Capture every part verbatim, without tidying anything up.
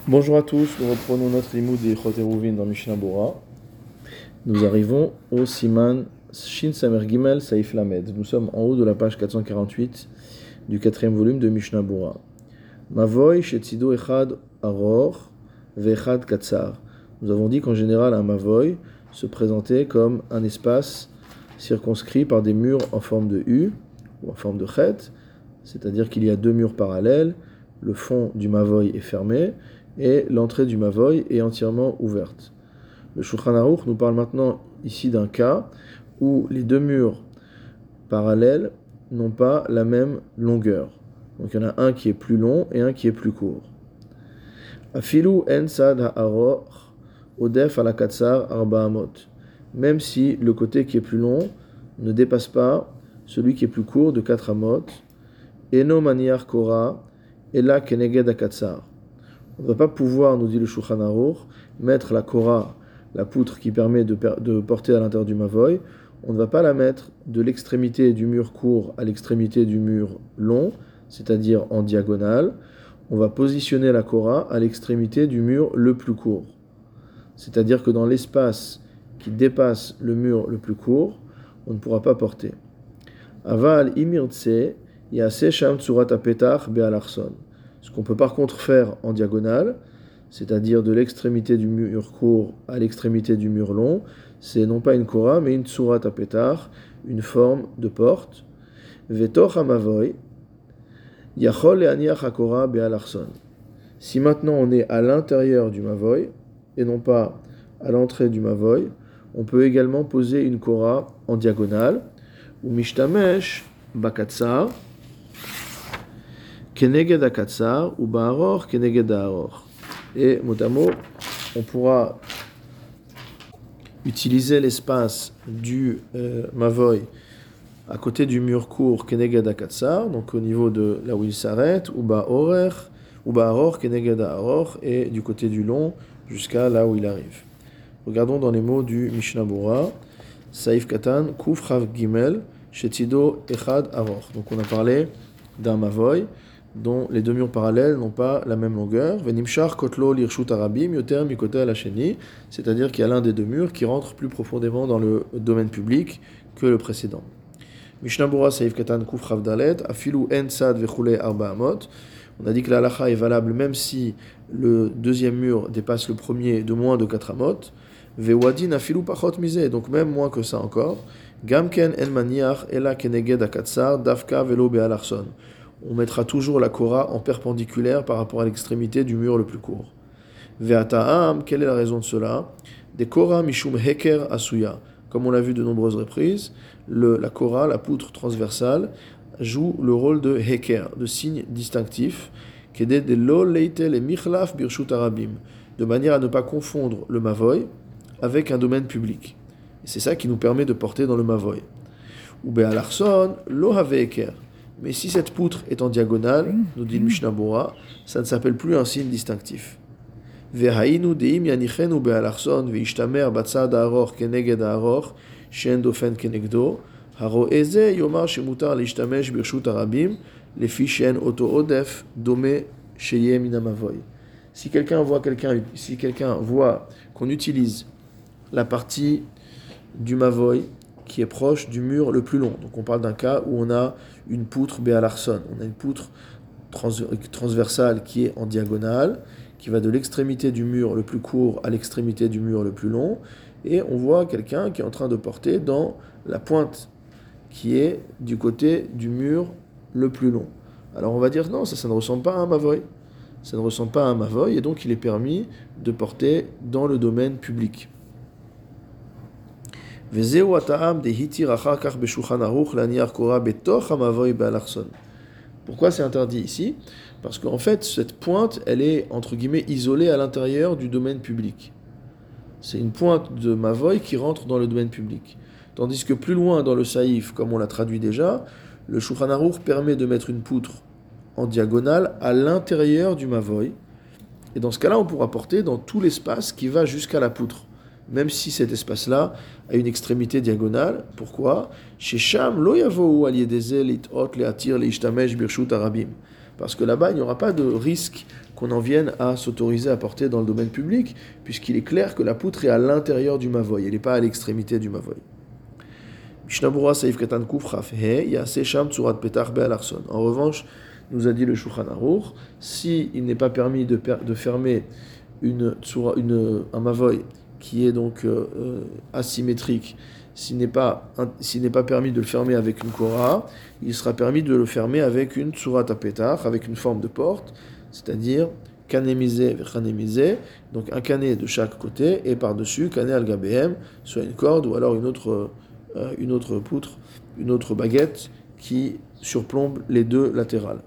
Bonjour à tous, nous reprenons notre limoud des Chot Eruvin dans Mishnah Bora. Nous arrivons au Siman Shin Samer Gimel Saif Lamed. Nous sommes en haut de la page quatre cent quarante-huit du quatrième volume de Mishnah Bora. Mavoy Shetzido Echad Aror Vechad Katsar. Nous avons dit qu'en général un Mavoy se présentait comme un espace circonscrit par des murs en forme de U ou en forme de Chet, c'est-à-dire qu'il y a deux murs parallèles, le fond du Mavoy est fermé et l'entrée du Mavoy est entièrement ouverte. Le Shulchan Aruch nous parle maintenant ici d'un cas où les deux murs parallèles n'ont pas la même longueur. Donc il y en a un qui est plus long et un qui est plus court. Afilu en sad ha'aror odef ala katsar arba amot. Même si le côté qui est plus long ne dépasse pas celui qui est plus court de quatre amot, eno maniar kora ela keneged akatsar. On ne va pas pouvoir, nous dit le Shulchan Aruch, mettre la kora, la poutre qui permet de, de porter à l'intérieur du mavoy, on ne va pas la mettre de l'extrémité du mur court à l'extrémité du mur long, c'est-à-dire en diagonale. On va positionner la kora à l'extrémité du mur le plus court. C'est-à-dire que dans l'espace qui dépasse le mur le plus court, on ne pourra pas porter. Aval imirtse yase sham tsurat apetach be'alarson. Ce qu'on peut par contre faire en diagonale, c'est-à-dire de l'extrémité du mur court à l'extrémité du mur long, c'est non pas une kora, mais une tsurat apetar, une forme de porte. Vetoch hamavoy, yachol le'aniach hakora be'alarson. Si maintenant on est à l'intérieur du mavoy, et non pas à l'entrée du mavoy, on peut également poser une kora en diagonale, ou mishtamesh bakatsar, keneged akatsar ou ba'aror keneged ha'aror. Et mot à mot, on pourra utiliser l'espace du euh, mavoy à côté du mur court keneged akatsar, donc au niveau de là où il s'arrête, ou ba'orer, ou ba'aror keneged ha'aror, et du côté du long jusqu'à là où il arrive. Regardons dans les mots du Mishnah Bora, Saif Katan, Kuf Chav Gimel, Shetido Echad Aror. Donc on a parlé d'un mavoy dont les deux murs parallèles n'ont pas la même longueur. Venimshar Kotlo Lirshut Arabim, Yoter Mikote Alasheni, c'est-à-dire qu'il y a l'un des deux murs qui rentre plus profondément dans le domaine public que le précédent. Mishnah Bora Saif Katan Kuf Chav Dalet, Afilu En Sad Vechule Arba Amot. On a dit que la halakha est valable même si le deuxième mur dépasse le premier de moins de quatre amot. Vewadin afilu pachot misé, donc même moins que ça encore. Gamken en maniach ela keneged akatsar davka velo be'alarson. On mettra toujours la kora en perpendiculaire par rapport à l'extrémité du mur le plus court. Ve'ata'am, quelle est la raison de cela? Des kora mishum heker asuya. Comme on l'a vu de nombreuses reprises, le, la kora, la poutre transversale, joue le rôle de heker, de signe distinctif, de lo leitel et michlaf birshut arabim, de manière à ne pas confondre le mavoy avec un domaine public. Et c'est ça qui nous permet de porter dans le mavoy. Ou be'alarson lo have heker. Mais si cette poutre est en diagonale, nous dit le Mishnah Bora, ça ne s'appelle plus un signe distinctif. Ve'hainu deim yanichenu be'alarson ve'ishtamer batzad ha'aror keneged ha'aror she'en dofen kenegdo. Haro eze yomar shemutar leishtamesh birshut arabim lefi she'en oto odef dome sheye min hamavoy. Si quelqu'un voit quelqu'un, si quelqu'un voit qu'on utilise la partie du mavoy qui est proche du mur le plus long, donc on parle d'un cas où on a une poutre be'alarson, on a une poutre trans- transversale qui est en diagonale, qui va de l'extrémité du mur le plus court à l'extrémité du mur le plus long, et on voit quelqu'un qui est en train de porter dans la pointe qui est du côté du mur le plus long. Alors on va dire non, ça, ça ne ressemble pas à un mavoy. Ça ne ressemble pas à un mavoy, et donc il est permis de porter dans le domaine public. Pourquoi c'est interdit ici? Parce qu'en fait, cette pointe, elle est entre guillemets isolée à l'intérieur du domaine public. C'est une pointe de mavoy qui rentre dans le domaine public. Tandis que plus loin dans le saïf, comme on l'a traduit déjà, le Shulchan Aruch permet de mettre une poutre en diagonale à l'intérieur du mavoy. Et dans ce cas-là, on pourra porter dans tout l'espace qui va jusqu'à la poutre. Même si cet espace-là a une extrémité diagonale. Pourquoi? Chez Sham, lo yavou al yedeze litot leatir leishtamesh birshut arabim. Parce que là-bas, il n'y aura pas de risque qu'on en vienne à s'autoriser à porter dans le domaine public, puisqu'il est clair que la poutre est à l'intérieur du mavoy, elle n'est pas à l'extrémité du mavoy. Mishnah Berurah Saif Katan Kuf Chaf He Yaseh Sham Tzurat Petach Be'alarson. En revanche, nous a dit le Shulchan Aruch, si il n'est pas permis de, per- de fermer une, une, un mavoy qui est donc euh, euh, asymétrique, s'il n'est pas, un, s'il n'est pas permis de le fermer avec une kora, il sera permis de le fermer avec une tzurat apetach, avec une forme de porte, c'est-à-dire kanémisé vechanémisé, donc un canet de chaque côté, et par-dessus, canet al gabéhem, soit une corde ou alors une autre, euh, une autre poutre, une autre baguette qui surplombe les deux latérales.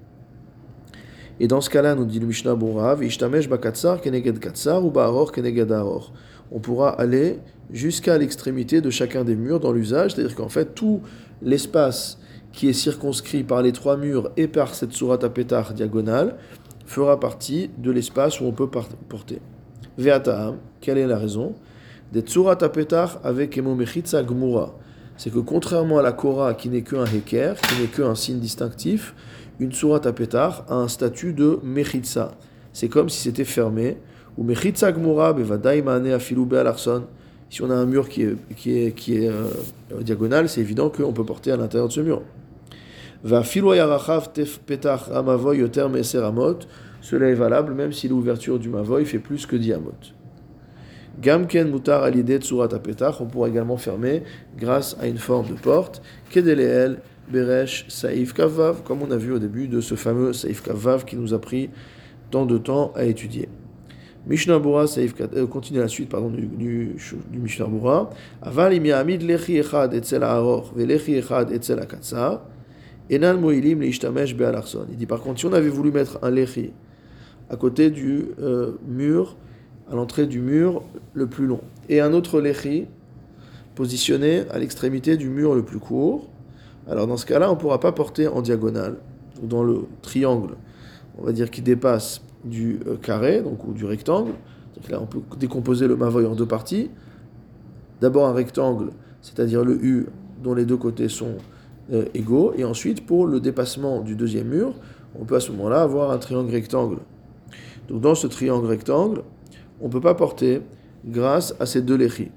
Et dans ce cas-là, nous dit le Mishnah Berurah, V'ishtamesh bakatsar keneged katsar ou ba'aror keneged aror. On pourra aller jusqu'à l'extrémité de chacun des murs dans l'usage, c'est-à-dire qu'en fait, tout l'espace qui est circonscrit par les trois murs et par cette sourate apetach diagonale fera partie de l'espace où on peut porter. Ve'ata'am, quelle est la raison? Des tsurat apetach avec emo mechitza gmura. C'est que contrairement à la kora qui n'est qu'un heker, qui n'est qu'un signe distinctif, une sourate apetach a un statut de mechitza. C'est comme si c'était fermé. Ou mechitza gmura bevadai maane afilu be'alarson. Si on a un mur qui est, qui est, qui est euh, diagonal, c'est évident qu'on peut porter à l'intérieur de ce mur. Va filu yarachav tef petach amavoy yoter meser amot. Cela est valable même si l'ouverture du mavoy fait plus que dix amot. Gamken mutar alidé tsurat apetach, on pourra également fermer grâce à une forme de porte. Kedeleel beresh saif kavav, comme on a vu au début de ce fameux saif kavav qui nous a pris tant de temps à étudier. Mishnah Berurah saif euh, continue la suite pardon du, du, du Mishnah Berurah. Aval im yamid lechi echad etzel ha'aror velechi echad etzel ha'katsar enan mo'ilim leishtamesh be'alarson. Il dit par contre si on avait voulu mettre un lechi à côté du euh, mur, à l'entrée du mur le plus long, et un autre lechi positionné à l'extrémité du mur le plus court, alors dans ce cas-là, on ne pourra pas porter en diagonale, ou dans le triangle, on va dire qui dépasse du euh, carré, donc ou du rectangle. Donc là, on peut décomposer le mavoy en deux parties. D'abord un rectangle, c'est-à-dire le U dont les deux côtés sont euh, égaux, et ensuite pour le dépassement du deuxième mur, on peut à ce moment-là avoir un triangle rectangle. Donc dans ce triangle rectangle, on ne peut pas porter grâce à ces deux lechis.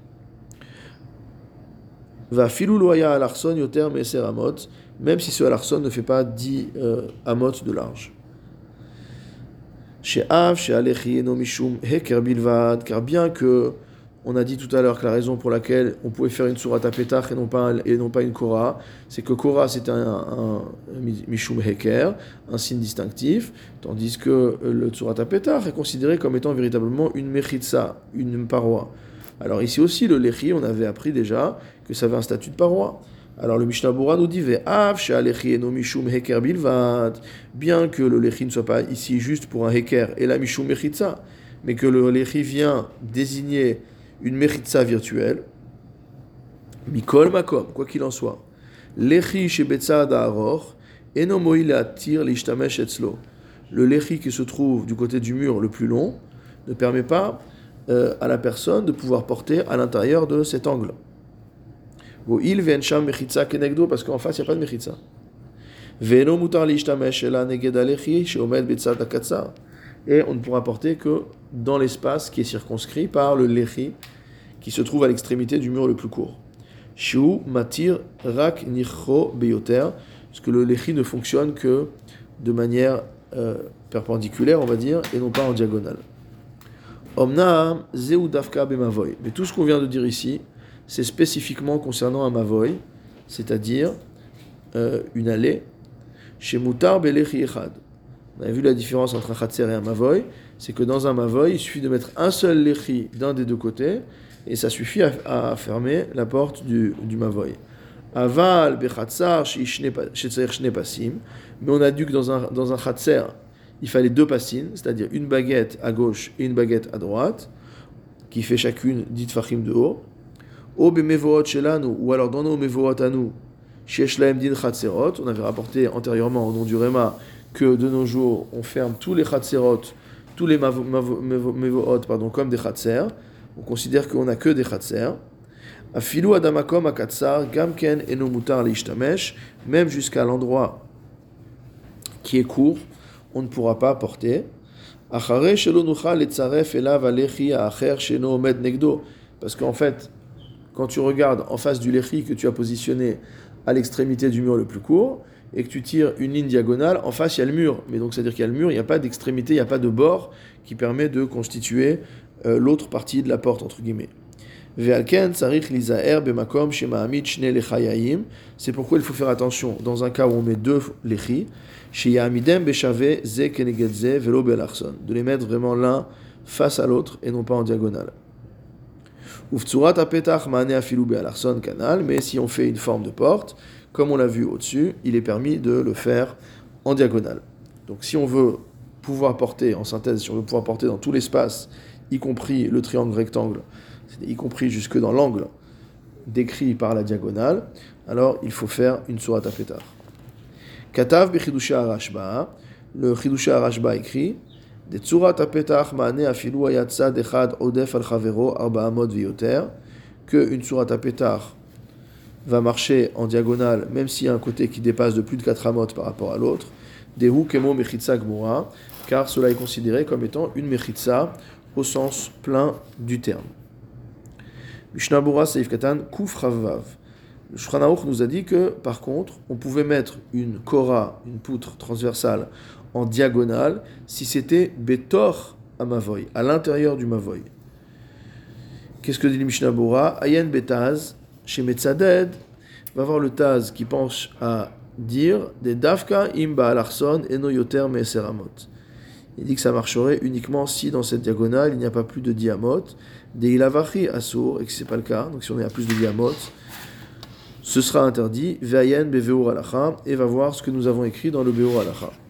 Va filou loya alarson yoter meser amot, même si ce alarson ne fait pas dix euh, amot de large. Chez Av, chez Alechi, no mishum heker bilvad, car bien que on a dit tout à l'heure que la raison pour laquelle on pouvait faire une sourate apetach et non pas un, et non pas une kora, c'est que kora c'était un, un, un mishum heker, un signe distinctif, tandis que le sourate apetach est considéré comme étant véritablement une mechitza, une paroi. Alors ici aussi le lechi, on avait appris déjà que ça avait un statut de paroi. Alors le Mishnah Berurah nous dit Ve'av she'alechi eno mishum heker bilvad, bien que le lechi ne soit pas ici juste pour un heker et la mishum mechitza, mais que le lechi vient désigner une mechitza virtuelle. Mikol makom, quoi qu'il en soit. Lechi shebetzad ha'aror eno mo'il le'atir leishtamesh etzlo. Le lechi qui se trouve du côté du mur le plus long ne permet pas euh, à la personne de pouvoir porter à l'intérieur de cet angle. Il vient sham mechitza kenegdo, parce qu'en face il n'y a pas de mechitza. Ve'eno mutar leishtamesh ela neged halechi sheomed betzad hakatzar. Et on ne pourra porter que dans l'espace qui est circonscrit par le lechi qui se trouve à l'extrémité du mur le plus court. Shu matir rak nicho beyoter, parce que le lechi ne fonctionne que de manière euh, perpendiculaire, on va dire, et non pas en diagonale. Omna zeu dafka bemavoy. Mais tout ce qu'on vient de dire ici, c'est spécifiquement concernant un mavoy, c'est-à-dire euh, une allée, chez mutar belechi echad. On avait vu la différence entre un khatser et un mavoy, c'est que dans un mavoy, il suffit de mettre un seul lechi d'un des deux côtés, et ça suffit à, à fermer la porte du, du mavoy. Aval bechatzar shetzerich shne pasim, mais on a dit que dans un, dans un khatser, il fallait deux passines, c'est-à-dire une baguette à gauche et une baguette à droite, qui fait chacune dix tfachim de haut. O bemevoot shelanu, ou alors dans nos mevoot à nous, shesh lahem din chatserot, on avait rapporté antérieurement au nom du Réma que de nos jours, on ferme tous les chatserot, tous les mevoot, pardon, comme des chatser. On considère qu'on n'a que des chatser. Afilu adamakom akatsar gamken eno mutar leishtamesh, même jusqu'à l'endroit qui est court, on ne pourra pas porter. Parce qu'en fait, quand tu regardes en face du lechi que tu as positionné à l'extrémité du mur le plus court, et que tu tires une ligne diagonale, en face il y a le mur. Mais donc c'est-à-dire qu'il y a le mur, il n'y a pas d'extrémité, il n'y a pas de bord qui permet de constituer euh, l'autre partie de la porte, entre guillemets. C'est pourquoi il faut faire attention dans un cas où on met deux lechis, de les mettre vraiment l'un face à l'autre et non pas en diagonale. Mais si on fait une forme de porte, comme on l'a vu au-dessus, il est permis de le faire en diagonale. Donc si on veut pouvoir porter, en synthèse, si on veut pouvoir porter dans tout l'espace, y compris le triangle rectangle, y compris jusque dans l'angle décrit par la diagonale, alors il faut faire une sourate Petach. Katav b'chidusha Rashba, le chidusha Rashba écrit de tsurat Petach ma'ane afilu ayatzad echad odef al chavero arba amot v'yoter, que une sourate Petach va marcher en diagonale, même s'il y a un côté qui dépasse de plus de quatre amot par rapport à l'autre, dehu kemo mechitza gmura, car cela est considéré comme étant une mechitza au sens plein du terme. Mishnah Bura Seif Katan Kuf Ravvav. Le Shulchan Aruch nous a dit que, par contre, on pouvait mettre une kora, une poutre transversale, en diagonale, si c'était betor à mavoy, à l'intérieur du mavoy. Qu'est-ce que dit le Mishnah Bura? Ayen betaz, chez Metzaded, va voir le taz qui pense à dire des dafka im ba'alarson eno yoter me'eseramot. Il dit que ça marcherait uniquement si dans cette diagonale il n'y a pas plus de diamot, des ilavachi assour, et que ce n'est pas le cas, donc si on est à plus de diamot, ce sera interdit, ve'ayen be'veur alacha, et va voir ce que nous avons écrit dans le Beur alacha.